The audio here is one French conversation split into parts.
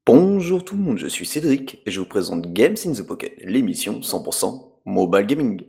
Bonjour tout le monde, je suis Cédric et je vous présente Games in the Pocket, l'émission 100% mobile gaming.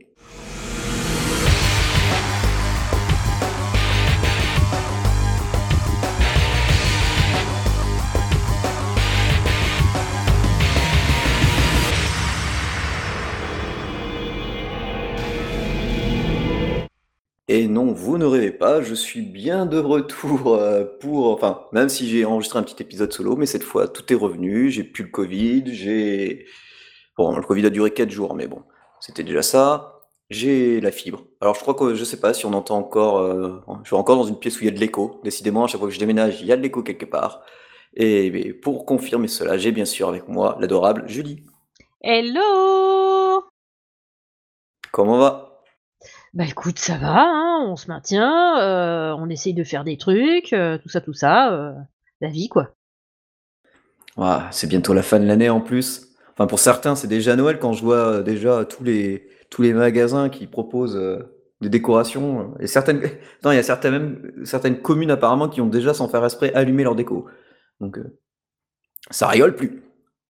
Et non, vous ne rêvez pas, je suis bien de retour Enfin, même si j'ai enregistré un petit épisode solo, mais cette fois tout est revenu, j'ai plus le Covid, Bon, le Covid a duré 4 jours, mais bon, c'était déjà ça. J'ai la fibre. Alors je crois que je sais pas si on entend encore. Je suis encore dans une pièce où il y a de l'écho. Décidément, à chaque fois que je déménage, il y a de l'écho quelque part. Et pour confirmer cela, j'ai bien sûr avec moi l'adorable Julie. Hello! Comment va? Bah écoute, ça va, hein, on se maintient, on essaye de faire des trucs, tout ça, la vie quoi. Ouah, c'est bientôt la fin de l'année en plus. Enfin, pour certains, c'est déjà Noël quand je vois déjà tous les magasins qui proposent des décorations. Et certaines, non, il y a certaines communes apparemment qui ont déjà, sans faire exprès, allumé leur déco. Donc, ça rigole plus.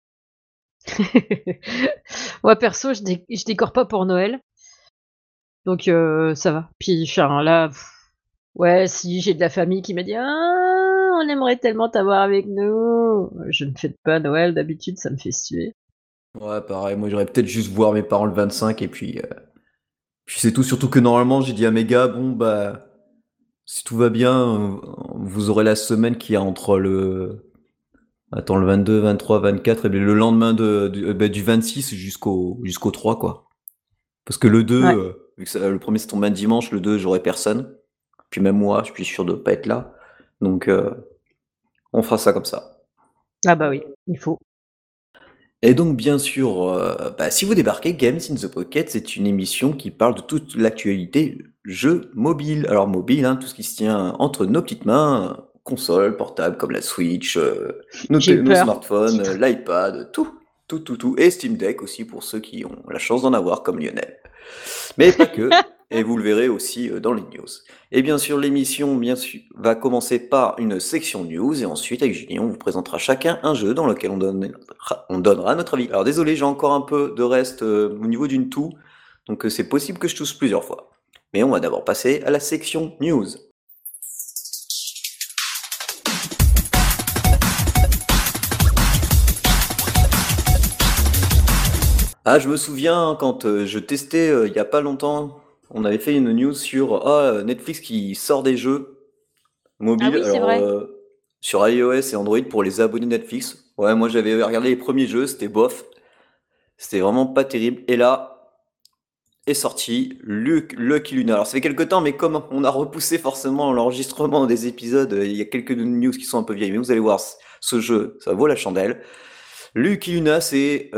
Moi perso, je décore pas pour Noël, donc ça va. Puis enfin là, ouais, si j'ai de la famille qui m'a dit: «Ah, on aimerait tellement t'avoir avec nous». Je ne fête pas Noël d'habitude, ça me fait suer. Ouais, pareil, moi j'aurais peut-être juste voir mes parents le 25 et puis c'est tout. Surtout que normalement, j'ai dit à mes gars, bon, bah, si tout va bien, vous aurez la semaine qui a entre Attends, le 22, 23, 24, et bien le lendemain du 26 jusqu'au 3, quoi. Parce que le 2, Ouais. vu que le premier c'est tombé un dimanche, le 2, j'aurai personne. Puis même moi, je suis sûr de pas être là. Donc, on fera ça comme ça. Ah bah oui, il faut. Et donc, bien sûr, bah, si vous débarquez, Games in the Pocket, c'est une émission qui parle de toute l'actualité jeux mobile. Alors, mobile, hein, tout ce qui se tient entre nos petites mains, consoles, portables comme la Switch, J'ai eu nos peur. smartphones, Titre. l'iPad, tout, tout, tout, tout. Et Steam Deck aussi pour ceux qui ont la chance d'en avoir comme Lionel. Mais pas que, et vous le verrez aussi dans les news. Et bien sûr, l'émission bien sûr, va commencer par une section news, et ensuite, avec Julien, on vous présentera chacun un jeu dans lequel on donnera notre avis. Alors désolé, j'ai encore un peu de reste au niveau d'une toux, donc c'est possible que je tousse plusieurs fois. Mais on va d'abord passer à la section news. Ah, je me souviens quand je testais il y a pas longtemps, on avait fait une news sur Netflix qui sort des jeux Ah mobile, oui, c'est alors vrai. sur iOS et Android pour les abonnés Netflix. Ouais, moi j'avais regardé les premiers jeux, c'était bof, c'était vraiment pas terrible. Et là est sorti Lucky Luna. Alors ça fait quelques temps, mais comme on a repoussé forcément l'enregistrement des épisodes, il y a quelques news qui sont un peu vieilles, mais vous allez voir, ce jeu, ça vaut la chandelle. Lucky Luna, c'est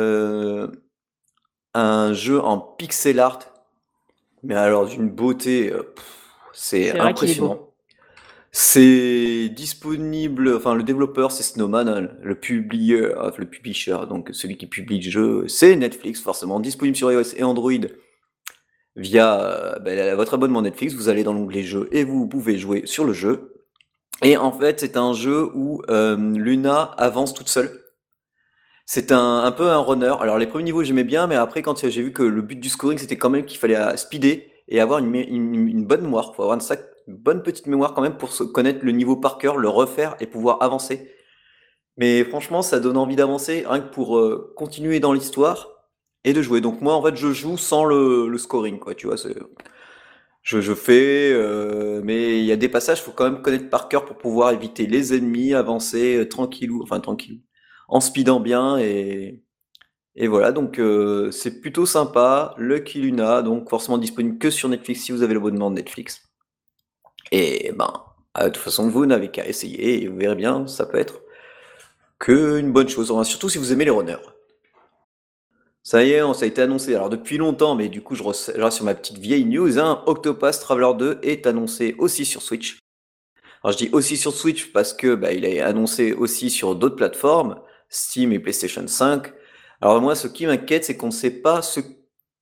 un jeu en pixel art, mais alors d'une beauté, c'est C'est vrai qu'il est beau. impressionnant. C'est disponible, enfin le développeur c'est Snowman, hein, le publisher, donc celui qui publie le jeu, c'est Netflix forcément, disponible sur iOS et Android via votre abonnement Netflix, vous allez dans l'onglet jeux et vous pouvez jouer sur le jeu. Et en fait c'est un jeu où Luna avance toute seule. C'est un peu un runner. Alors les premiers niveaux j'aimais bien, mais après quand j'ai vu que le but du scoring c'était quand même qu'il fallait speeder et avoir une bonne mémoire, faut avoir une bonne petite mémoire quand même pour connaître le niveau par cœur, le refaire et pouvoir avancer. Mais franchement ça donne envie d'avancer rien que pour continuer dans l'histoire et de jouer. Donc moi en fait je joue sans le scoring quoi, tu vois. Je fais, mais il y a des passages, faut quand même connaître par cœur pour pouvoir éviter les ennemis, avancer tranquillou, enfin tranquille, en speedant bien et voilà, donc c'est plutôt sympa. Lucky Luna, donc forcément disponible que sur Netflix si vous avez l'abonnement de Netflix. Et ben, de toute façon, vous n'avez qu'à essayer et vous verrez bien, ça peut être que une bonne chose. Enfin, surtout si vous aimez les runners. Ça y est, ça a été annoncé. Alors depuis longtemps, mais du coup je reste sur ma petite vieille news, hein, Octopath Traveler 2 est annoncé aussi sur Switch. Alors je dis aussi sur Switch parce que bah, il est annoncé aussi sur d'autres plateformes, Steam et PlayStation 5. Alors moi, ce qui m'inquiète, c'est qu'on ne sait pas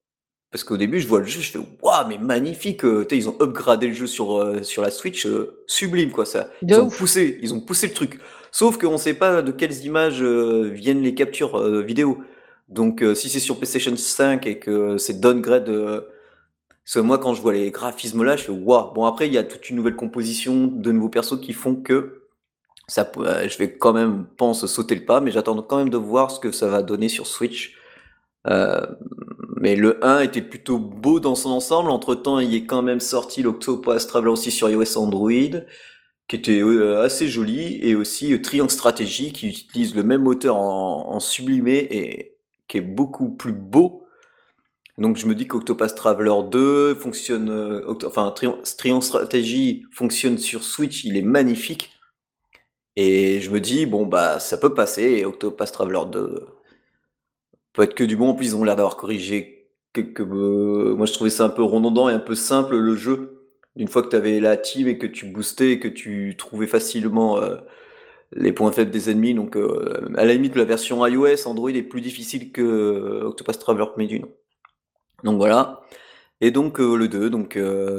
Parce qu'au début, je vois le jeu, je fais waouh, mais magnifique! Tu sais, ils ont upgradé le jeu sur la Switch, sublime quoi, ça. De ouf. Ils ont poussé le truc. Sauf qu'on sait pas de quelles images viennent les captures vidéo. Donc, si c'est sur PlayStation 5 et que c'est downgrade, parce que moi, quand je vois les graphismes là, je fais waouh. Bon, après, il y a toute une nouvelle composition de nouveaux persos qui font que je vais quand même, pense, sauter le pas, mais j'attends quand même de voir ce que ça va donner sur Switch. Euh, mais le 1 était plutôt beau dans son ensemble. Entre-temps, il est quand même sorti l'Octopath Traveler aussi sur iOS et Android, qui était assez joli, et aussi Triangle Strategy, qui utilise le même moteur en sublimé et qui est beaucoup plus beau. Donc je me dis qu'Octopath Traveler 2 fonctionne, Triangle Strategy fonctionne sur Switch, il est magnifique. Et je me dis, bon bah ça peut passer, et Octopath Traveler 2 peut être que du bon. En plus, ils ont l'air d'avoir corrigé quelques. Moi, je trouvais ça un peu redondant et un peu simple le jeu. Une fois que tu avais la team et que tu boostais et que tu trouvais facilement les points faibles des ennemis. Donc, à la limite, la version iOS, Android est plus difficile que Octopus Traveler Menu. Donc voilà. Et donc le 2, donc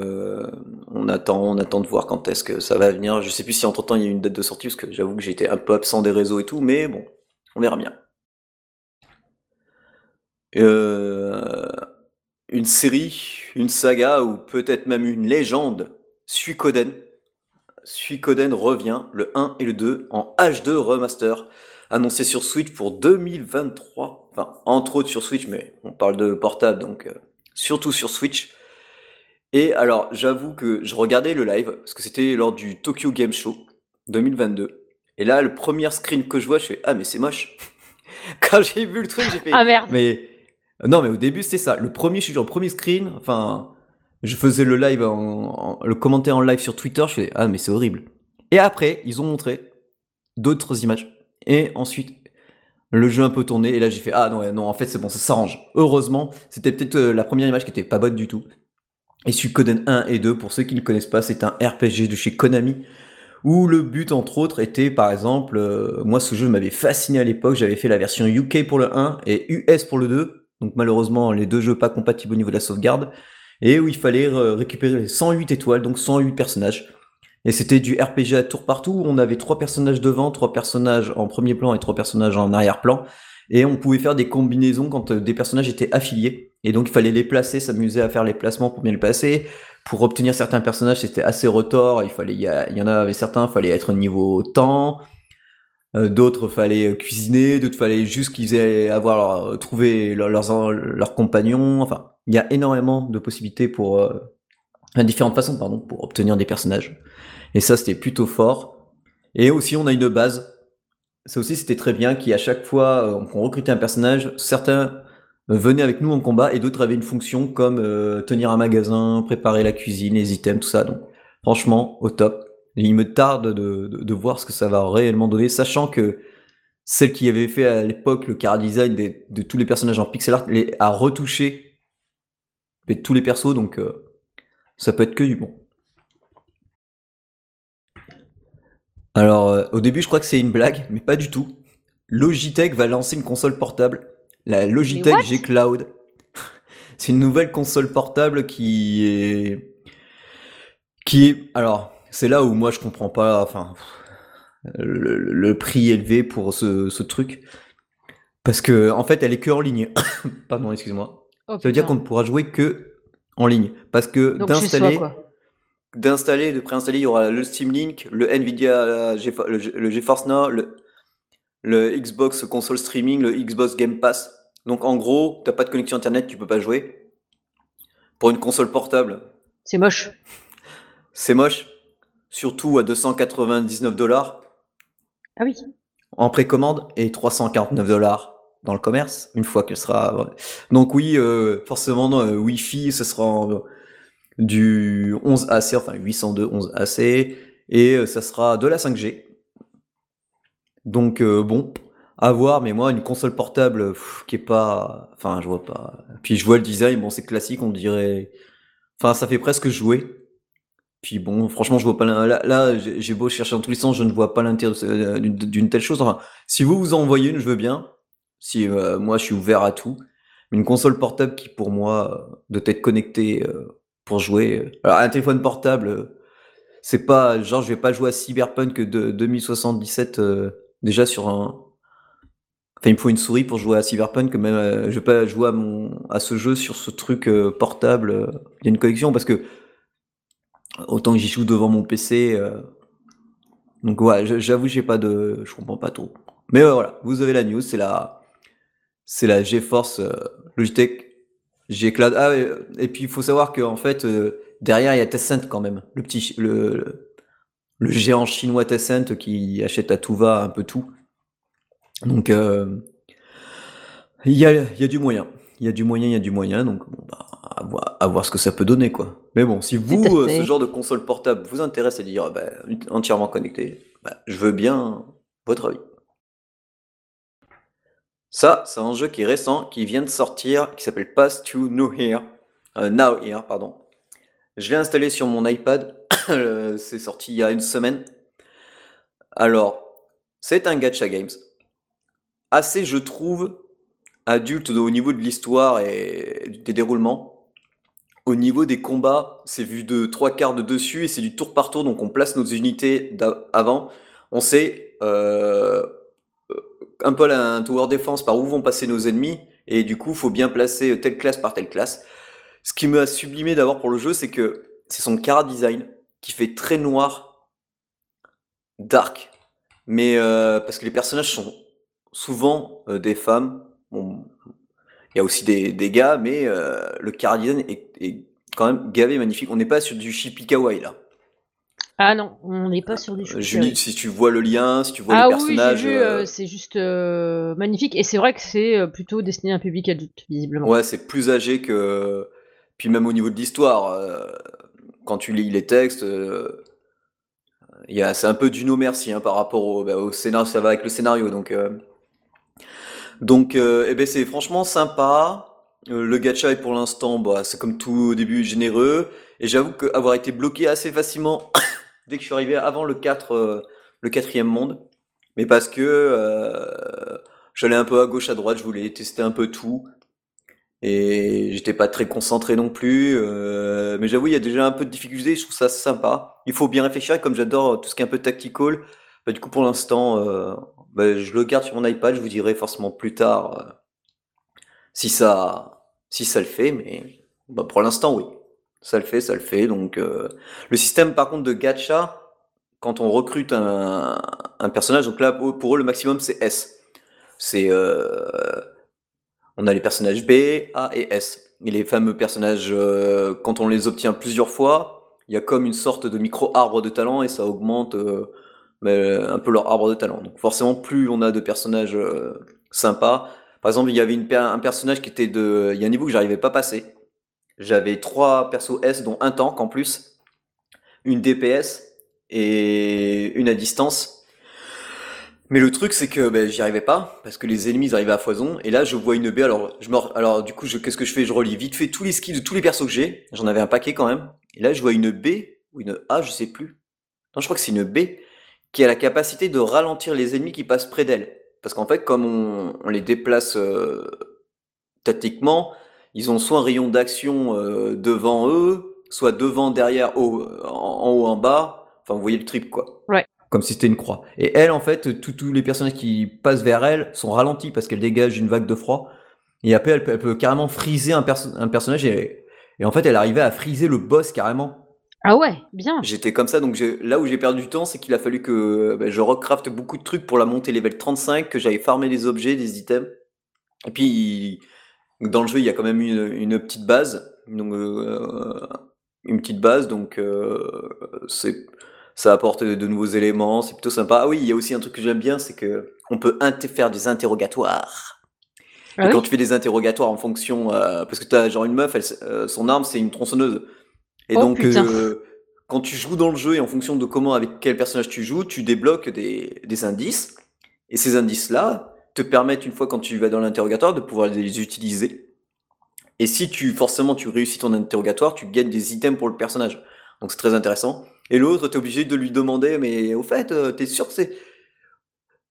on attend de voir quand est-ce que ça va venir. Je sais plus si entre-temps il y a une date de sortie, parce que j'avoue que j'étais un peu absent des réseaux et tout, mais bon, on verra bien. Euh, une série, une saga ou peut-être même une légende, Suikoden. Suikoden revient le 1 et le 2 en HD remaster, annoncé sur Switch pour 2023. Enfin, entre autres sur Switch, mais on parle de portable, donc surtout sur Switch. Et alors, j'avoue que je regardais le live, parce que c'était lors du Tokyo Game Show 2022. Et là, le premier screen que je vois, je fais ah mais c'est moche. Quand j'ai vu le truc, j'ai fait Ah merde. mais non, mais au début c'était ça. Je suis sur le premier screen. Enfin, je faisais le live le commentaire en live sur Twitter. Je fais ah mais c'est horrible. Et après, ils ont montré d'autres images. Et ensuite, le jeu un peu tourné. Et là, j'ai fait ah non, ouais, non, en fait c'est bon, ça s'arrange. Heureusement, c'était peut-être la première image qui était pas bonne du tout. Et Suikoden 1 et 2, pour ceux qui ne le connaissent pas, c'est un RPG de chez Konami, où le but, entre autres, était, par exemple, moi, ce jeu m'avait fasciné à l'époque, j'avais fait la version UK pour le 1 et US pour le 2, donc malheureusement, les deux jeux pas compatibles au niveau de la sauvegarde, et où il fallait récupérer les 108 étoiles, donc 108 personnages. Et c'était du RPG à tour par tour, on avait 3 personnages devant, 3 personnages en premier plan et 3 personnages en arrière-plan, et on pouvait faire des combinaisons quand des personnages étaient affiliés, et donc il fallait les placer, s'amuser à faire les placements pour bien les placer. Pour obtenir certains personnages, c'était assez retors. Il y en avait certains, fallait être niveau temps. D'autres, fallait cuisiner. D'autres, fallait juste qu'ils aient trouvé leurs compagnons. Enfin, il y a énormément de possibilités différentes façons, pardon, pour obtenir des personnages. Et ça, c'était plutôt fort. Et aussi, on a une base. Ça aussi, c'était très bien, qui à chaque fois qu'on recrutait un personnage, certains venaient avec nous en combat et d'autres avaient une fonction comme tenir un magasin, préparer la cuisine, les items, tout ça. Donc, franchement, au top. Et il me tarde de voir ce que ça va réellement donner, sachant que celle qui avait fait à l'époque le chara design de tous les personnages en pixel art a retouché tous les persos, donc ça peut être que du bon. Alors, au début, je crois que c'est une blague, mais pas du tout. Logitech va lancer une console portable, la Mais Logitech G what? Cloud. C'est une nouvelle console portable alors, c'est là où moi je comprends pas, enfin, le prix élevé pour ce truc. Parce que, en fait, elle est que en ligne. Pardon, excuse-moi. Oh Ça veut dire qu'on ne putain. pourra jouer que en ligne. Parce que Donc chez soi quoi. de préinstaller, il y aura le Steam Link, le Nvidia, le GeForce Now, le Xbox console streaming, le Xbox Game Pass. Donc en gros, t'as pas de connexion internet, tu peux pas jouer. Pour une console portable, C'est moche. c'est moche. Surtout à 299 $ Ah oui. en précommande et 349 $ dans le commerce, une fois qu'elle sera. Donc oui, forcément, Wi-Fi, ce sera du 11AC, enfin 802 11AC, et ça sera de la 5G. Donc bon, à voir, mais moi, une console portable qui est pas. Enfin, je vois pas. Puis je vois le design, bon, c'est classique, on dirait. Enfin, ça fait presque jouer. Puis bon, franchement, je vois pas là, j'ai beau chercher dans tous les sens, je ne vois pas l'intérêt d'une telle chose. Enfin, si vous en envoyez une, je veux bien. Si moi, je suis ouvert à tout. Une console portable qui, pour moi, doit être connectée pour jouer. Alors, un téléphone portable, c'est pas genre, je vais pas jouer à Cyberpunk de 2077 déjà sur un. Enfin, il me faut une souris pour jouer à Cyberpunk, même je vais pas jouer à ce jeu sur ce truc portable. Il y a une connexion parce que autant que j'y joue devant mon PC. Donc ouais, j'avoue, je comprends pas trop. Mais voilà, vous avez la news, c'est la GeForce Logitech G-Cloud. Ah, et puis il faut savoir qu'en fait, derrière, il y a Tencent quand même. Le géant chinois Tencent qui achète à tout va un peu tout. Donc il y a du moyen. Il y a du moyen. Donc bon, bah, à voir ce que ça peut donner, quoi. Mais bon, si Tout à vous, ce fait. genre de console portable vous intéresse et dire bah, entièrement connecté, bah, je veux bien votre avis. Ça, c'est un jeu qui est récent, qui vient de sortir, qui s'appelle Path to Now Here. Now Here, pardon. Je l'ai installé sur mon iPad. C'est sorti il y a une semaine. Alors, c'est un gacha games. Assez, je trouve, adulte au niveau de l'histoire et des déroulements. Au niveau des combats, c'est vu de trois quarts de dessus et c'est du tour par tour, donc on place nos unités avant. On sait un peu un tower defense par où vont passer nos ennemis et du coup, il faut bien placer telle classe par telle classe. Ce qui m'a sublimé d'abord pour le jeu, c'est que c'est son chara design qui fait très noir, dark, mais parce que les personnages sont souvent des femmes. Bon, il y a aussi des gars, mais le chara design est quand même gavé magnifique. On n'est pas sur du chippy kawaii là. Ah non, on n'est pas sur du Julie, choupi-kawaii. si tu vois le lien, si tu vois les Ah oui, j'ai personnages, vu, c'est juste, magnifique et c'est vrai que c'est, plutôt destiné à un public adulte, visiblement. ouais, c'est plus âgé que. Puis même au niveau de l'histoire, quand tu lis les textes, c'est un peu du no merci hein, par rapport au scénario, ça va avec le scénario. Donc, eh ben, c'est franchement sympa. Le gacha est pour l'instant, bah, c'est comme tout au début généreux. Et j'avoue qu'avoir été bloqué assez facilement dès que je suis arrivé avant le quatrième monde, mais parce que j'allais un peu à gauche à droite, je voulais tester un peu tout. Et j'étais pas très concentré non plus. Mais j'avoue, il y a déjà un peu de difficulté, je trouve ça sympa. Il faut bien réfléchir, et comme j'adore tout ce qui est un peu tactical, bah, du coup pour l'instant, bah, je le garde sur mon iPad, je vous dirai forcément plus tard si ça le fait, mais bah, pour l'instant oui. Ça le fait, ça le fait. Donc le système par contre de gacha, quand on recrute un personnage, donc là pour eux le maximum c'est S. C'est on a les personnages B, A et S. Et les fameux personnages, quand on les obtient plusieurs fois, il y a comme une sorte de micro-arbre de talent et ça augmente un peu leur arbre de talent. Donc forcément, plus on a de personnages sympas. Par exemple, il y avait un personnage qui était de. Il y a un niveau que j'arrivais pas à passer. J'avais trois persos S, dont un tank en plus, une DPS et une à distance. Mais le truc, c'est que ben, j'y arrivais pas, parce que les ennemis ils arrivaient à foison, et là je vois une B, alors du coup, qu'est-ce que je fais? Je relis vite fait tous les skills de tous les persos que j'ai, j'en avais un paquet quand même, et là je vois une B, ou une A, je sais plus. Non, je crois que c'est une B, qui a la capacité de ralentir les ennemis qui passent près d'elle. Parce qu'en fait, comme on les déplace tactiquement, ils ont soit un rayon d'action devant eux, soit devant, derrière, en haut, en bas, enfin vous voyez le trip quoi Ouais. comme si c'était une croix. Et elle, en fait, tous les personnages qui passent vers elle sont ralentis parce qu'elle dégage une vague de froid. Et après, elle peut carrément friser un personnage et en fait, elle arrivait à friser le boss carrément. Ah ouais, bien. J'étais comme ça, donc là où j'ai perdu du temps, c'est qu'il a fallu que je recraft beaucoup de trucs pour la monter level 35, que j'aille farmer des objets, des items. Et puis, dans le jeu, il y a quand même une petite base. Donc, une petite base, donc c'est ça apporte de nouveaux éléments, c'est plutôt sympa. Ah oui, il y a aussi un truc que j'aime bien, c'est que on peut faire des interrogatoires. Ah Et quand tu oui? fais des interrogatoires en fonction, parce que t'as genre une meuf, son arme c'est une tronçonneuse. Et Oh donc putain. quand tu joues dans le jeu et en fonction de comment avec quel personnage tu joues, tu débloques des indices. Et ces indices-là te permettent une fois quand tu vas dans l'interrogatoire de pouvoir les utiliser. Et si forcément tu réussis ton interrogatoire, tu gagnes des items pour le personnage. Donc c'est très intéressant. Et l'autre, t'es obligé de lui demander, mais au fait, t'es sûr que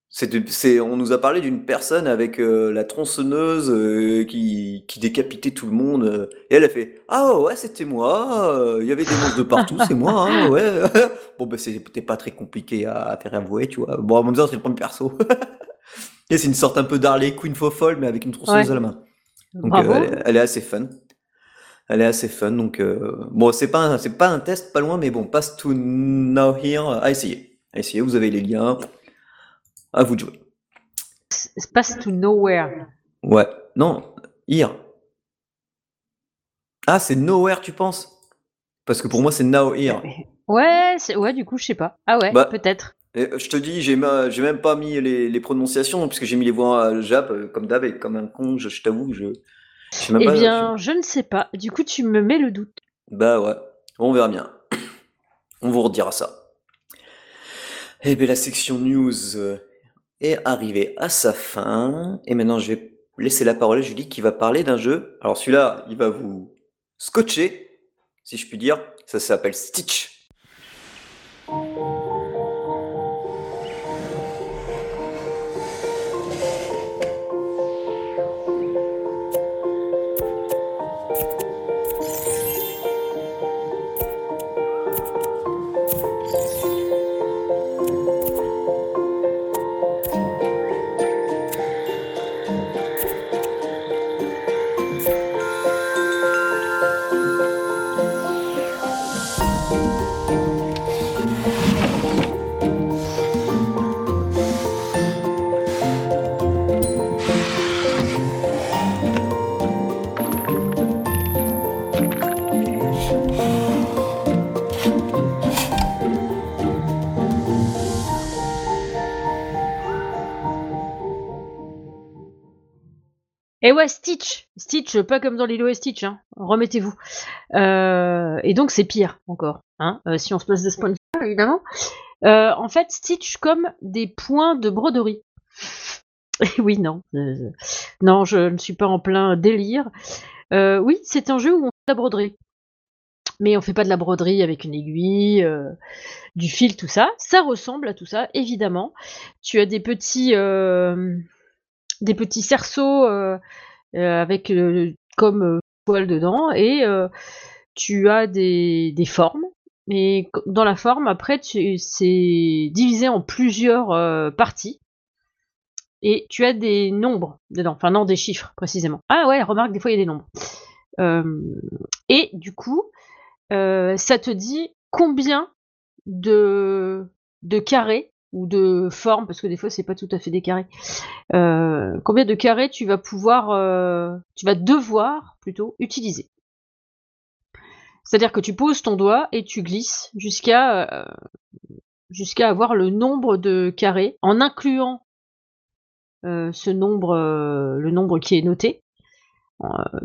On nous a parlé d'une personne avec la tronçonneuse qui décapitait tout le monde. Et elle a fait: Ah ouais, c'était moi. Il y avait des monstres de partout, c'est moi, hein, ouais. Bon, bah, c'était pas très compliqué à faire avouer, tu vois. Bon, en même temps, c'est le premier perso. Et c'est une sorte un peu d'Harley Quinn faux folle, mais avec une tronçonneuse Ouais, à la main. Donc, bravo. elle est assez fun. Elle est assez fun. Donc, bon, c'est pas un test, pas loin, mais bon, Pass to Now Here, à essayer. À essayer, vous avez les liens. À vous de jouer. Pass to nowhere. Ouais. Non, Here. Ah, c'est Nowhere, tu penses? Parce que pour moi, c'est Now Here. Ouais, ouais, du coup, je sais pas. Ah ouais, Bah, peut-être. je te dis, j'ai même pas mis les prononciations, puisque j'ai mis les voix jap, comme d'hab, et comme un con, je t'avoue, je sais même Eh pas. bien, je ne sais pas. Du coup, tu me mets le doute. Bah ouais, on verra bien. On vous redira ça. Eh bien, la section news est arrivée à sa fin. Et maintenant, je vais laisser la parole à Julie qui va parler d'un jeu. Alors celui-là, il va vous scotcher, si je puis dire. Ça s'appelle Stitch. Et ouais, Stitch. Stitch, pas comme dans Lilo et Stitch, hein. Remettez-vous. Et donc, c'est pire encore, hein, si on se place de ce point de vue, évidemment. En fait, Stitch comme des points de broderie. Et oui, non. Non, je ne suis pas en plein délire. Oui, c'est un jeu où on fait de la broderie. Mais on fait pas de la broderie avec une aiguille, du fil, tout ça. Ça ressemble à tout ça, évidemment. Tu as des petits cerceaux avec comme poils dedans et tu as des formes. Mais dans la forme, après, c'est divisé en plusieurs parties et tu as des nombres dedans. Enfin, non, des chiffres précisément. Ah ouais, remarque, des fois, il y a des nombres. Euh, et du coup, ça te dit combien de carrés ou de formes, parce que des fois c'est pas tout à fait des carrés. Combien de carrés tu vas devoir plutôt utiliser. C'est-à-dire que tu poses ton doigt et tu glisses jusqu'à avoir le nombre de carrés, en incluant le nombre qui est noté euh,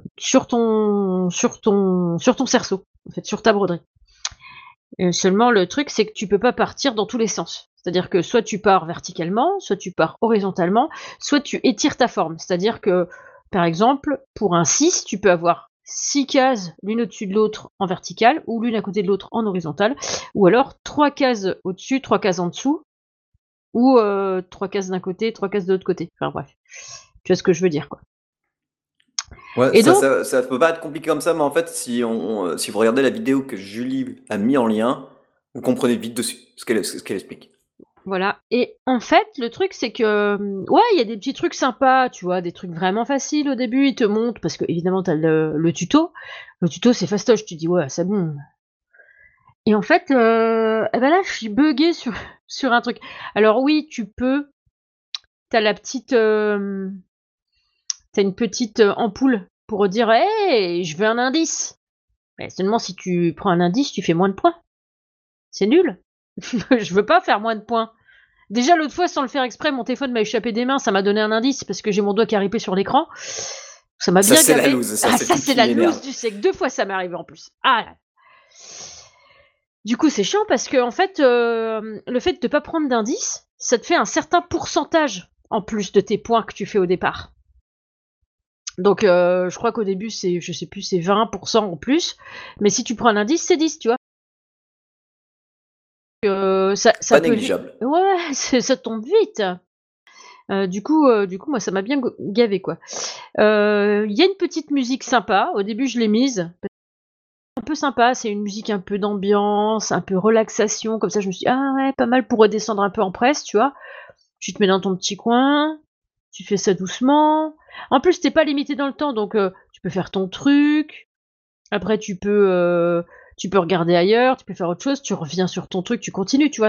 sur ton cerceau, en fait, sur ta broderie. Seulement, le truc, c'est que tu peux pas partir dans tous les sens. C'est-à-dire que soit tu pars verticalement, soit tu pars horizontalement, soit tu étires ta forme. C'est-à-dire que, par exemple, pour un 6, tu peux avoir 6 cases l'une au-dessus de l'autre en verticale, ou l'une à côté de l'autre en horizontale, ou alors 3 cases au-dessus, 3 cases en dessous, ou 3 cases d'un côté, 3 cases de l'autre côté. Enfin bref, tu vois ce que je veux dire, quoi. Ouais, Et donc, ça peut pas être compliqué comme ça, mais en fait, si vous regardez la vidéo que Julie a mis en lien, vous comprenez vite dessus ce qu'elle explique. voilà. Et en fait, le truc, c'est que, ouais, il y a des petits trucs sympas, tu vois, des trucs vraiment faciles au début. Ils te montrent, parce que évidemment, t'as le tuto. Le tuto, c'est fastoche. Tu dis, ouais, c'est bon. Et en fait, eh ben là, je suis buggée sur un truc. Alors oui, t'as la petite, t'as une petite ampoule pour dire, hey, je veux un indice. Mais seulement si tu prends un indice, tu fais moins de points. C'est nul. Je veux pas faire moins de points. Déjà, l'autre fois, sans le faire exprès, mon téléphone m'a échappé des mains, ça m'a donné un indice parce que j'ai mon doigt qui a ripé sur l'écran. Ça m'a Ça, bien c'est la gavé. loose, ça, Ah, c'est le ça, truc c'est qui la m'énerve. loose du siècle. 2 fois, ça m'est arrivé en plus. Ah là. Du coup, c'est chiant parce que, en fait, le fait de ne pas prendre d'indice, ça te fait un certain pourcentage en plus de tes points que tu fais au départ. Donc, je crois qu'au début, je sais plus, c'est 20% en plus. Mais si tu prends un indice, c'est 10, tu vois. Ça Pas peut. négligeable. Ouais, ça tombe vite. Du coup, moi, ça m'a bien gavé, quoi. Il y a une petite musique sympa. Au début, je l'ai mise. Un peu sympa, c'est une musique un peu d'ambiance, un peu relaxation. Comme ça, je me suis dit, ah ouais, pas mal pour redescendre un peu en presse, tu vois. Tu te mets dans ton petit coin, tu fais ça doucement. En plus, t'es pas limité dans le temps, donc tu peux faire ton truc. Après, tu peux regarder ailleurs, tu peux faire autre chose. Tu reviens sur ton truc, tu continues, tu vois.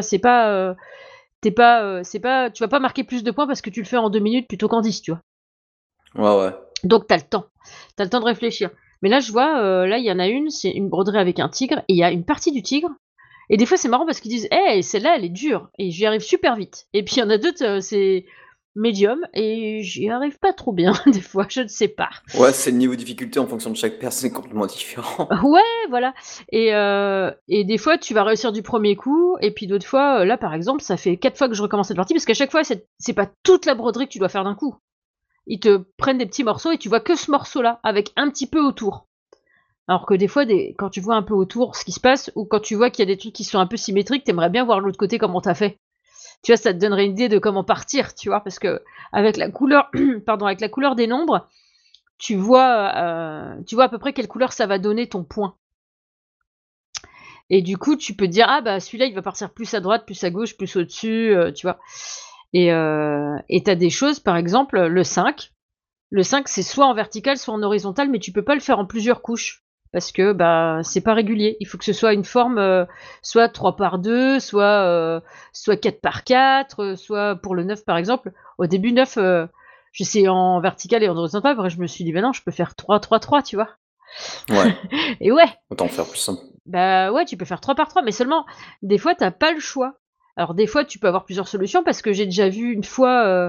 C'est pas, tu vas pas marquer plus de points parce que tu le fais en 2 minutes plutôt qu'en 10, tu vois. Ouais. Donc t'as le temps. T'as le temps de réfléchir. Mais là, je vois, là, il y en a une, c'est une broderie avec un tigre, et il y a une partie du tigre. Et des fois, c'est marrant parce qu'ils disent, hey, celle-là, elle est dure, et j'y arrive super vite. Et puis il y en a d'autres, c'est médium, et j'y arrive pas trop bien, des fois, je ne sais pas. Ouais, c'est le niveau de difficulté en fonction de chaque personne complètement différent. Ouais, voilà. Et des fois, tu vas réussir du premier coup, et puis d'autres fois, là, par exemple, ça fait 4 fois que je recommence cette partie, parce qu'à chaque fois, c'est pas toute la broderie que tu dois faire d'un coup. Ils te prennent des petits morceaux et tu vois que ce morceau-là, avec un petit peu autour. Alors que des fois, quand tu vois un peu autour ce qui se passe, ou quand tu vois qu'il y a des trucs qui sont un peu symétriques, t'aimerais bien voir l'autre côté comment t'as fait. Tu vois, ça te donnerait une idée de comment partir, tu vois, parce que avec la couleur, avec la couleur des nombres, tu vois à peu près quelle couleur ça va donner ton point. Et du coup, tu peux te dire, ah bah celui-là, il va partir plus à droite, plus à gauche, plus au-dessus, tu vois. Et t'as des choses, par exemple, le 5. Le 5, c'est soit en vertical, soit en horizontal, mais tu peux pas le faire en plusieurs couches. Parce que bah c'est pas régulier. Il faut que ce soit une forme soit 3x2, soit 4x4, soit pour le 9 par exemple. Au début 9, j'essayais en vertical et en horizontal, après je me suis dit bah non, je peux faire 3-3-3, tu vois. Ouais, Et ouais, autant faire plus simple. bah ouais, tu peux faire 3x3, mais seulement des fois t'as pas le choix. Alors des fois tu peux avoir plusieurs solutions parce que j'ai déjà vu une fois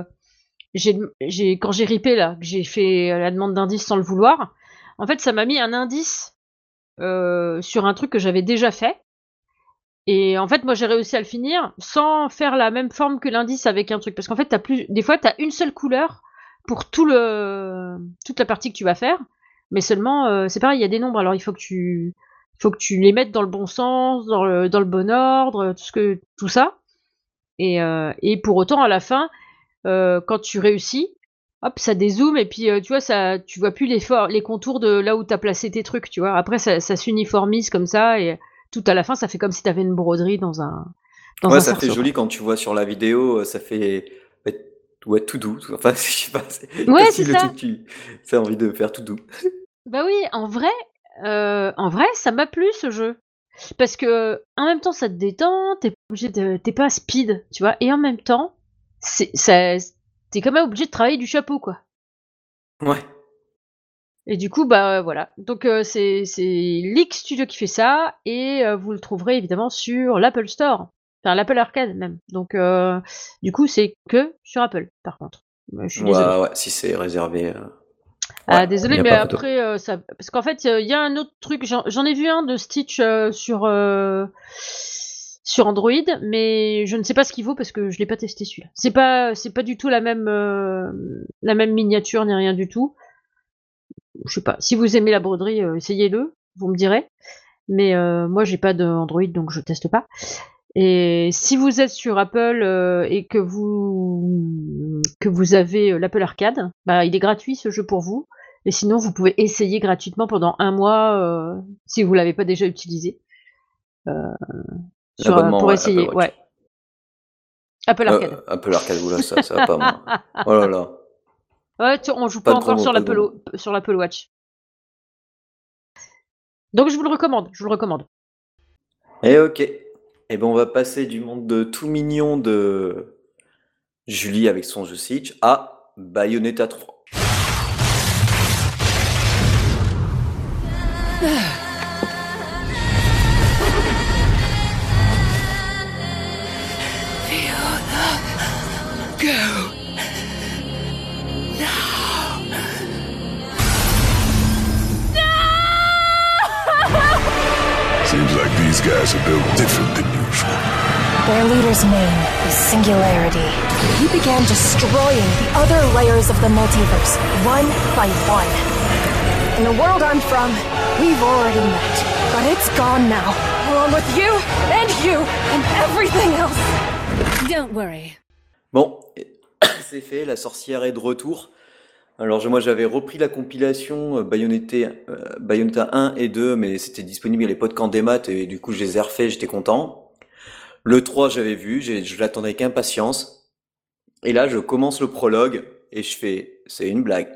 quand j'ai ripé là, que j'ai fait la demande d'indice sans le vouloir, en fait ça m'a mis un indice sur un truc que j'avais déjà fait. Et en fait, moi j'ai réussi à le finir sans faire la même forme que l'indice avec un truc. Parce qu'en fait, des fois, t'as une seule couleur pour toute la partie que tu vas faire. Mais seulement, c'est pareil, il y a des nombres. Alors il faut que tu les mettes dans le bon sens, dans le bon ordre, tout ça. Et pour autant, à la fin, quand tu réussis, hop, ça dézoome et puis tu vois, tu vois plus les contours de là où t'as placé tes trucs, tu vois. Après, ça s'uniformise comme ça et tout à la fin, ça fait comme si t'avais une broderie dans Ouais, un ça fait cerceau, quoi. joli quand tu vois sur la vidéo, ça fait ouais, tout doux. Enfin, je sais pas, c'est comme Ouais, si c'est le ça. truc, tu as envie de faire tout doux. Bah oui, en vrai, ça m'a plu ce jeu parce que en même temps, ça te détend, t'es pas speed, tu vois, et en même temps, t'es quand même obligé de travailler du chapeau, quoi. Ouais. Et du coup, bah, voilà. Donc c'est Leak Studio qui fait ça et vous le trouverez évidemment sur l'Apple Store. Enfin, l'Apple Arcade même. Donc du coup, c'est que sur Apple, par contre. Je suis désolée. Ouais, si c'est réservé, ouais, Ah il désolée, y a mais pas photo. après ça parce qu'en fait, il y a un autre truc, j'en ai vu un de Stitch, sur Android, mais je ne sais pas ce qu'il vaut parce que je l'ai pas testé celui-là. C'est pas du tout la même miniature ni rien du tout. Je sais pas. Si vous aimez la broderie, essayez-le, vous me direz. Mais moi, j'ai pas d'Android, donc je teste pas. Et si vous êtes sur Apple et que vous avez l'Apple Arcade, bah, il est gratuit ce jeu pour vous. Et sinon, vous pouvez essayer gratuitement pendant un mois si vous l'avez pas déjà utilisé L'abonnement, pour ouais, Apple essayer. Watch. Ouais, Apple Arcade. Apple Arcade, oula, ça va pas, moi. Oh là là, Ouais, on joue pas pas de encore promo, pas de promo. sur l'Apple Watch. Donc je vous le recommande. Je vous le recommande. Et ok. Et ben on va passer du monde de tout mignon de Julie avec son jeu Switch à Bayonetta 3. Seems like these guys are built different than usual. Their leader's name is Singularity. He began destroying the other layers of the multiverse, one by one. In the world I'm from, we've already met. But it's gone now, along with you and everything else. Don't worry. Bon, c'est fait, la sorcière est de retour. Alors moi j'avais repris la compilation Bayonetta 1 et 2, mais c'était disponible à l'époque qu'en démat, et du coup je les ai refaits, j'étais content. Le 3 j'avais vu, je l'attendais avec impatience. Et là je commence le prologue, et je fais, c'est une blague.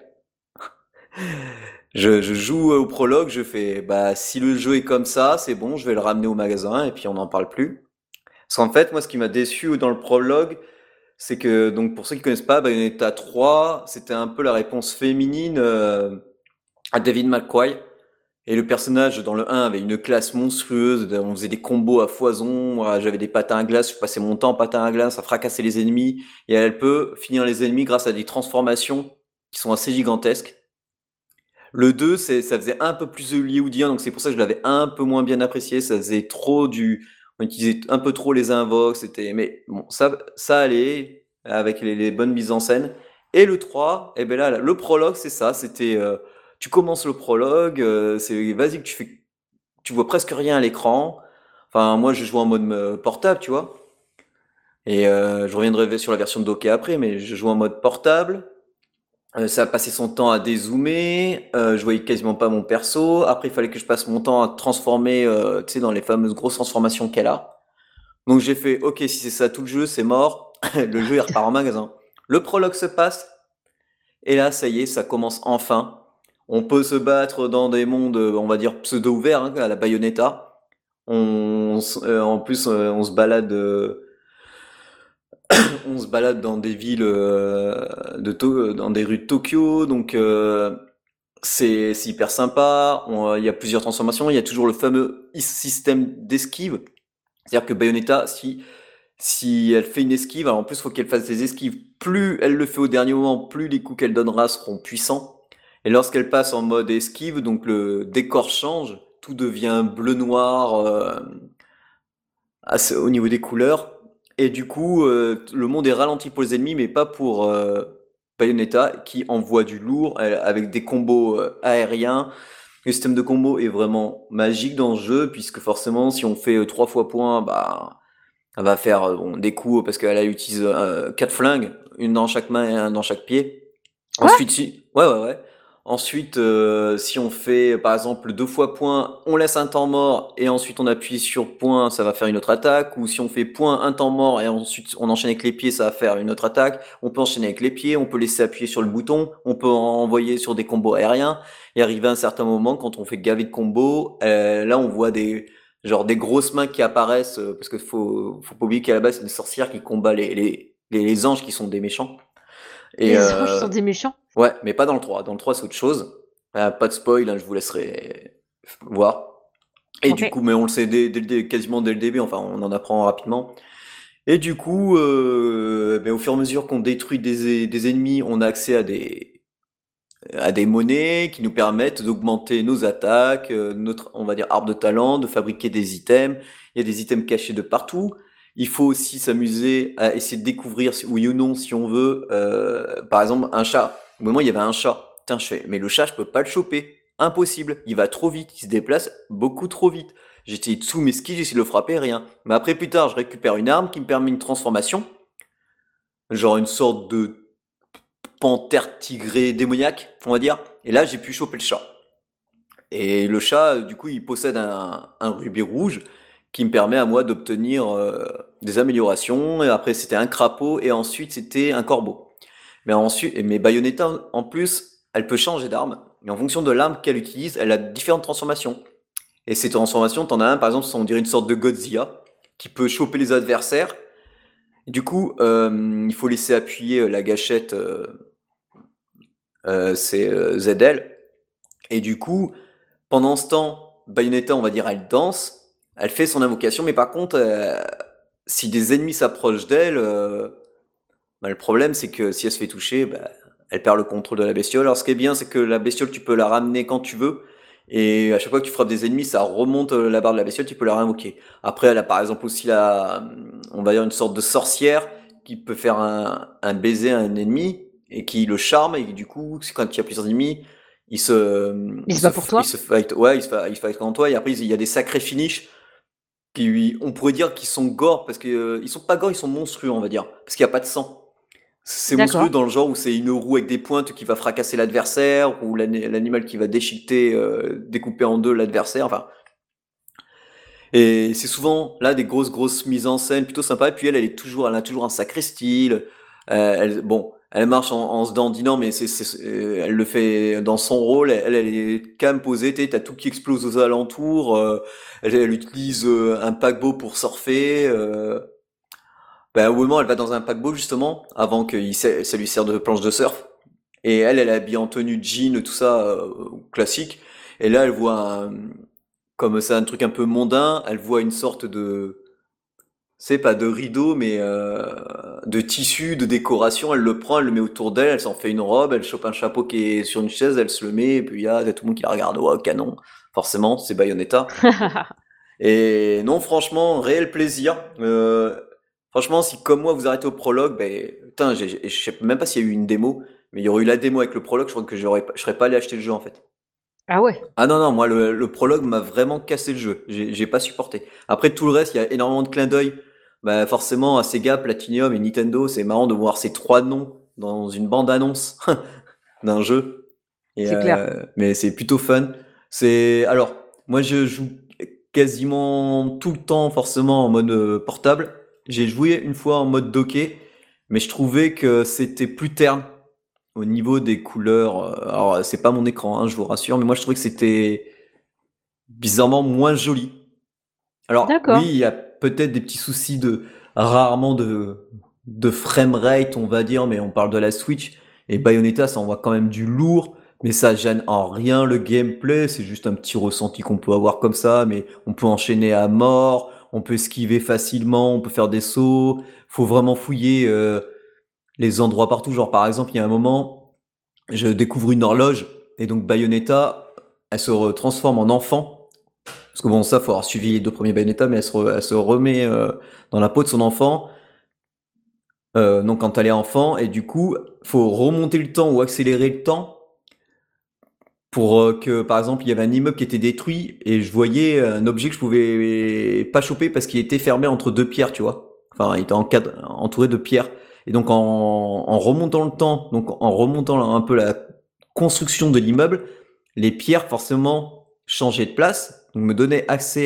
Je joue au prologue, je fais, bah si le jeu est comme ça, c'est bon, je vais le ramener au magasin, et puis on n'en parle plus. Parce qu'en fait, moi ce qui m'a déçu dans le prologue, c'est que, donc pour ceux qui connaissent pas, Bayonetta 3, c'était un peu la réponse féminine à David McQuay. Et le personnage dans le 1 avait une classe monstrueuse, on faisait des combos à foison, moi, j'avais des patins à glace, je passais mon temps en patins à glace à fracasser les ennemis, et elle peut finir les ennemis grâce à des transformations qui sont assez gigantesques. Le 2, ça faisait un peu plus hollywoodien, donc c'est pour ça que je l'avais un peu moins bien apprécié, ça faisait trop on utilisait un peu trop les invoques, mais bon, ça allait, avec les bonnes mises en scène. Et le 3, eh ben là, le prologue, c'est ça, tu commences le prologue, vas-y que tu vois presque rien à l'écran. Enfin, moi, je joue en mode portable, tu vois. Et je reviendrai sur la version de docké après, mais je joue en mode portable. Ça a passé son temps à dézoomer, je voyais quasiment pas mon perso. Après, il fallait que je passe mon temps à transformer, tu sais, dans les fameuses grosses transformations qu'elle a. Donc j'ai fait, ok, si c'est ça tout le jeu, c'est mort. Le jeu, il repart en magasin. Le prologue se passe, et là, ça y est, ça commence enfin. On peut se battre dans des mondes, on va dire, pseudo-ouverts, hein, à la Bayonetta. En plus, on se balade dans des villes dans des rues de Tokyo, donc c'est hyper sympa. Il y a plusieurs transformations. Il y a toujours le fameux système d'esquive. C'est-à-dire que Bayonetta, si elle fait une esquive, alors en plus, il faut qu'elle fasse des esquives. Plus elle le fait au dernier moment, plus les coups qu'elle donnera seront puissants. Et lorsqu'elle passe en mode esquive, donc le décor change, tout devient bleu-noir au niveau des couleurs. Et du coup, le monde est ralenti pour les ennemis, mais pas pour Bayonetta, qui envoie du lourd avec des combos aériens. Le système de combo est vraiment magique dans le jeu, puisque forcément, si on fait 3 fois point, bah, elle va faire des coups parce qu'elle utilise 4 flingues, une dans chaque main et un dans chaque pied. Quoi? Ensuite, ouais. Ensuite, si on fait par exemple 2 fois point, on laisse un temps mort et ensuite on appuie sur point, ça va faire une autre attaque. Ou si on fait point, un temps mort et ensuite on enchaîne avec les pieds, ça va faire une autre attaque. On peut enchaîner avec les pieds, on peut laisser appuyer sur le bouton, on peut envoyer sur des combos aériens. Et arrivé à un certain moment, quand on fait gaver de combos, là on voit des grosses mains qui apparaissent parce que faut pas oublier qu'à la base c'est une sorcière qui combat les anges qui sont des méchants. Et Les anges sont des méchants. ouais, mais pas dans le 3. Dans le 3, c'est autre chose. Pas de spoil, hein, je vous laisserai voir. Et Ok. du coup, mais on le sait quasiment dès le début, enfin, on en apprend rapidement. Et du coup, au fur et à mesure qu'on détruit des ennemis, on a accès à des monnaies qui nous permettent d'augmenter nos attaques, notre, on va dire, arbre de talent, de fabriquer des items. Il y a des items cachés de partout. Il faut aussi s'amuser à essayer de découvrir, oui ou non, si on veut, par exemple, un chat. Au moment, il y avait un chat. Putain, mais le chat, je peux pas le choper. Impossible. Il va trop vite. Il se déplace beaucoup trop vite. J'ai essayé de sous mes skis, j'ai essayé de le frapper, rien. Mais après, plus tard, je récupère une arme qui me permet une transformation. Genre une sorte de panthère tigré démoniaque, on va dire. Et là, j'ai pu choper le chat. Et le chat, du coup, il possède un rubis rouge qui me permet à moi d'obtenir des améliorations. Et après, c'était un crapaud et ensuite, c'était un corbeau. Mais Bayonetta, en plus, elle peut changer d'arme. Et en fonction de l'arme qu'elle utilise, elle a différentes transformations. Et ces transformations, t'en as un, par exemple, on dirait une sorte de Godzilla qui peut choper les adversaires. Et du coup, il faut laisser appuyer la gâchette, c'est ZL. Et du coup, pendant ce temps, Bayonetta, on va dire, elle danse, elle fait son invocation, mais par contre, si des ennemis s'approchent d'elle, le problème c'est que si elle se fait toucher, elle perd le contrôle de la bestiole. Alors ce qui est bien, c'est que la bestiole, tu peux la ramener quand tu veux, et à chaque fois que tu frappes des ennemis, ça remonte la barre de la bestiole, tu peux la réinvoquer. Après, elle a par exemple aussi on va dire une sorte de sorcière qui peut faire un baiser à un ennemi, et qui le charme, et du coup, quand il y a plusieurs ennemis, il se bat pour toi. il se fight, ouais, il se fight contre toi, et après il y a des sacrés finishes on pourrait dire qu'ils sont gore, parce que ils sont pas gore, ils sont monstrueux, on va dire, parce qu'il y a pas de sang. C'est monstrueux D'accord. dans le genre où c'est une roue avec des pointes qui va fracasser l'adversaire, ou l'animal qui va déchiqueter, découper en deux l'adversaire. Enfin, et c'est souvent là des grosses mises en scène plutôt sympa. Et puis elle a toujours un sacré style. Elle marche en se dandinant, mais elle le fait dans son rôle. Elle est calme, posée. T'as tout qui explose aux alentours. Elle utilise un paquebot pour surfer. Au moment, elle va dans un paquebot justement avant ça lui sert de planche de surf. Et elle est habillée en tenue de jean, tout ça classique. Et là, elle voit comme c'est un truc un peu mondain, elle voit une sorte de, c'est pas de rideau, mais de tissu, de décoration. Elle le prend, elle le met autour d'elle, elle s'en fait une robe, elle chope un chapeau qui est sur une chaise, elle se le met, et puis t'as tout le monde qui la regarde, oh canon. Forcément, c'est Bayonetta. Et non, franchement, réel plaisir. Franchement, si comme moi vous arrêtez au prologue, putain, je sais même pas s'il y a eu une démo, mais il y aurait eu la démo avec le prologue, je crois que je serais pas allé acheter le jeu en fait. Ah ouais. Ah non, non, moi le prologue m'a vraiment cassé le jeu. J'ai pas supporté. Après tout le reste, il y a énormément de clins d'œil. Forcément, à Sega, Platinum et Nintendo, c'est marrant de voir ces trois noms dans une bande-annonce d'un jeu. C'est clair. Mais c'est plutôt fun. Alors, moi je joue quasiment tout le temps forcément en mode portable. J'ai joué une fois en mode docké, mais je trouvais que c'était plus terne au niveau des couleurs. Alors, c'est pas mon écran, hein, je vous rassure, mais moi je trouvais que c'était bizarrement moins joli. Alors, oui, D'accord. il y a peut-être des petits soucis rarement de framerate, on va dire, mais on parle de la Switch. Et Bayonetta, ça envoie quand même du lourd, mais ça gêne en rien le gameplay. C'est juste un petit ressenti qu'on peut avoir comme ça, mais on peut enchaîner à mort, on peut esquiver facilement, on peut faire des sauts. Faut vraiment fouiller les endroits partout. Genre, par exemple, il y a un moment, je découvre une horloge, et donc Bayonetta, elle se transforme en enfant. Parce que bon, ça, faut avoir suivi les deux premiers Bayonetta, mais elle se remet dans la peau de son enfant. Donc quand elle est enfant, et du coup, faut remonter le temps ou accélérer le temps pour que, par exemple, il y avait un immeuble qui était détruit et je voyais un objet que je pouvais pas choper parce qu'il était fermé entre deux pierres, tu vois. Enfin, il était entouré de pierres. Et donc en remontant le temps, donc en remontant un peu la construction de l'immeuble, les pierres forcément changeaient de place, donc me donnaient accès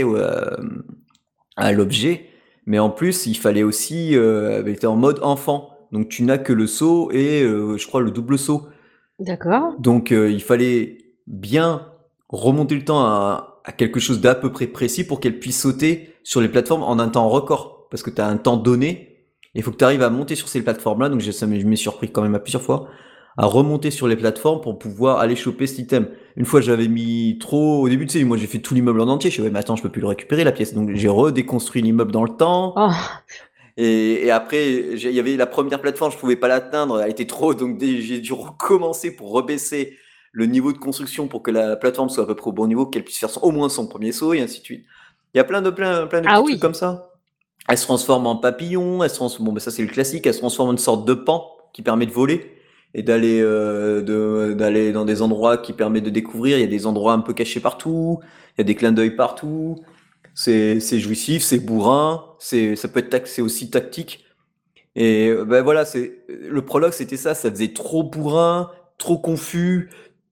à l'objet, mais en plus il fallait aussi, elle était en mode enfant, donc tu n'as que le saut et je crois le double saut. D'accord. Donc il fallait bien remonter le temps à quelque chose d'à peu près précis pour qu'elle puisse sauter sur les plateformes en un temps record, parce que tu as un temps donné, et il faut que tu arrives à monter sur ces plateformes-là, donc je m'ai surpris quand même à plusieurs fois, à remonter sur les plateformes pour pouvoir aller choper cet item. Une fois j'avais mis trop, au début tu sais, moi j'ai fait tout l'immeuble en entier, je suis ouais mais attends je peux plus le récupérer la pièce, donc j'ai redéconstruit l'immeuble dans le temps, Oh, et après, il y avait la première plateforme, je pouvais pas l'atteindre, elle était trop, donc j'ai dû recommencer pour rebaisser le niveau de construction pour que la plateforme soit à peu près au bon niveau, qu'elle puisse faire au moins son premier saut, et ainsi de suite. Il y a plein de ah petits trucs oui. comme ça. Elle se transforme en papillon, ça c'est le classique, elle se transforme en une sorte de pan qui permet de voler et d'aller dans des endroits qui permettent de découvrir. Il y a des endroits un peu cachés partout, il y a des clins d'œil partout. C'est jouissif, c'est bourrin, ça peut être c'est aussi tactique. Et voilà, le prologue, c'était ça faisait trop bourrin, trop confus,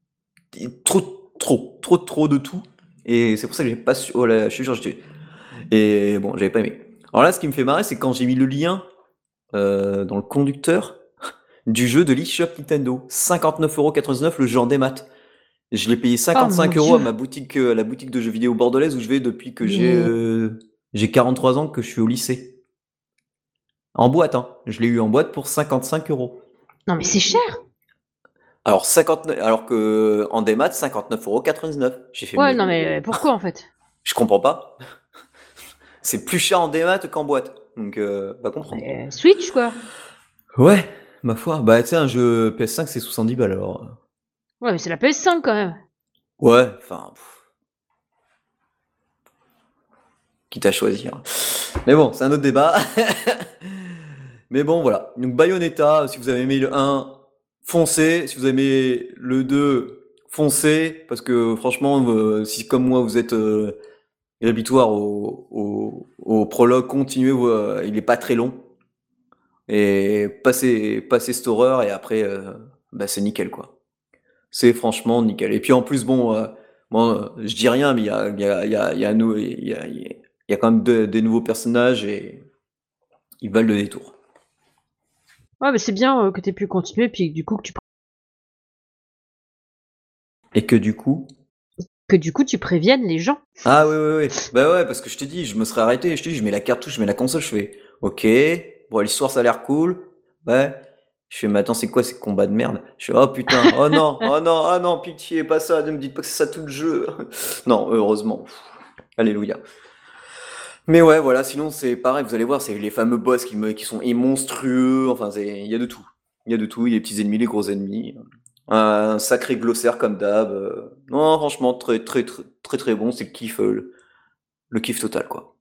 trop de tout. Et c'est pour ça que j'ai pas su. Oh là, je suis sûr, et bon, j'avais pas aimé. Alors là, ce qui me fait marrer, c'est quand j'ai mis le lien dans le conducteur du jeu de l'eShop Nintendo, 59,99€ le jeu en démat. Je l'ai payé Oh mon 55€ à Dieu. ma boutique, à la boutique de jeux vidéo bordelaise où je vais depuis que Mais j'ai 43 ans que je suis au lycée. En boîte, hein. Je l'ai eu en boîte pour 55€. non, mais c'est cher. Alors que en démat, 59,99€. J'ai fait, Ouais, mais non, mais pourquoi en fait? je comprends pas. C'est plus cher en démat qu'en boîte. Donc, va comprendre. Switch quoi. Ouais, ma foi. Bah, tu sais, un jeu PS5, c'est 70 balles alors. Ouais, mais c'est la PS5 quand même. Ouais, enfin, quitte à choisir. Mais bon, c'est un autre débat. Mais bon, voilà. Donc Bayonetta, si vous avez aimé le 1, foncez. Si vous avez aimé le 2, foncez. Parce que franchement, si comme moi vous êtes rédhibitoire au prologue, continuez. Il est pas très long. et passer cette horreur et après, bah, c'est nickel, quoi. C'est franchement nickel. Et puis en plus, bon, je dis rien, mais il y a, il y a quand même des nouveaux personnages et ils valent le détour. Ouais, mais c'est bien que t'aies pu continuer, puis du coup Et que du coup, tu préviennes les gens. ah oui, oui, oui. Bah ouais, parce que je t'ai dit, je me serais arrêté. Je te dis, je mets la cartouche, je mets la console, je fais, ok, bon, l'histoire ça a l'air cool. Ouais. Je fais, mais attends, c'est quoi ces combats de merde? Je fais, oh putain, oh non, oh non, ah non, pitié, pas ça, ne me dites pas que c'est ça tout le jeu. Non, heureusement. Alléluia. Mais ouais, voilà, sinon c'est pareil, vous allez voir, c'est les fameux boss qui sont monstrueux, enfin, il y a de tout. Il y a de tout, il y a les petits ennemis, les gros ennemis. Un sacré glossaire comme d'hab. Non, franchement, très, très, très, très, très bon, c'est le kiff total, quoi.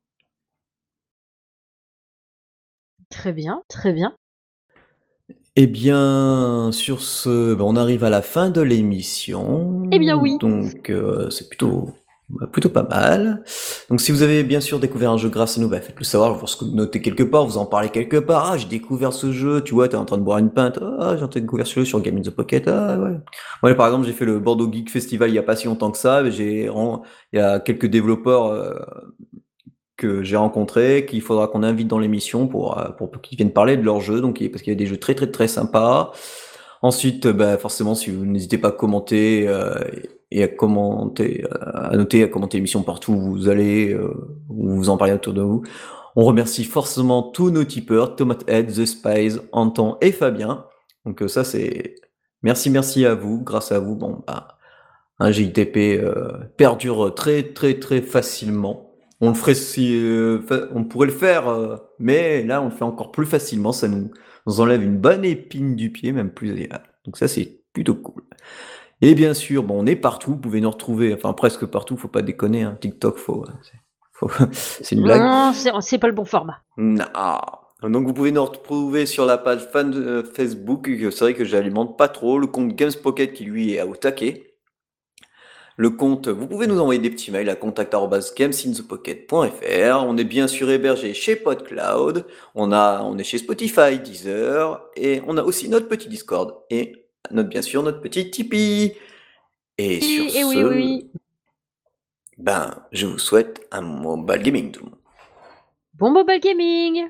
Très bien, très bien. Eh bien, sur ce, ben, on arrive à la fin de l'émission. Eh bien oui. Donc, c'est plutôt pas mal. Donc, si vous avez bien sûr découvert un jeu grâce à nous, bah, faites-le savoir, vous le notez quelque part, vous en parlez quelque part. Ah, j'ai découvert ce jeu, tu vois, t'es en train de boire une pinte. Ah, j'ai découvert ce jeu sur Game in the Pocket. Ah, ouais. Moi, par exemple, j'ai fait le Bordeaux Geek Festival il y a pas si longtemps que ça. Mais il y a quelques développeurs, que j'ai rencontrés, qu'il faudra qu'on invite dans l'émission pour qu'ils viennent parler de leurs jeux, donc parce qu'il y a des jeux très très très sympas. Ensuite, bah, forcément, si vous n'hésitez pas à commenter et à commenter, à noter, à commenter l'émission partout où vous allez, où vous en parlez autour de vous. On remercie forcément tous nos tipeurs, Tomatehead, The Spies, Anton et Fabien. Donc ça c'est merci à vous, grâce à vous, bon bah un GITP perdure très très très facilement. On le ferait si on pourrait le faire, mais là on le fait encore plus facilement. Ça nous enlève une bonne épine du pied, même plus agréable. Donc ça c'est plutôt cool. Et bien sûr, bon, on est partout. Vous pouvez nous retrouver, enfin presque partout. Faut pas déconner. Hein. TikTok, c'est une blague. Non, c'est pas le bon format. Non. Donc vous pouvez nous retrouver sur la page fan de Facebook. C'est vrai que j'alimente pas trop le compte Games Pocket qui lui est au taquet. Le compte, vous pouvez nous envoyer des petits mails à contact@gamesinthepocket.fr. On est bien sûr hébergé chez PodCloud. On est chez Spotify, Deezer, et on a aussi notre petit Discord et bien sûr notre petit Tipeee. Et sur Et oui, ce, oui. ben, je vous souhaite un mobile gaming tout le monde. Bon mobile gaming.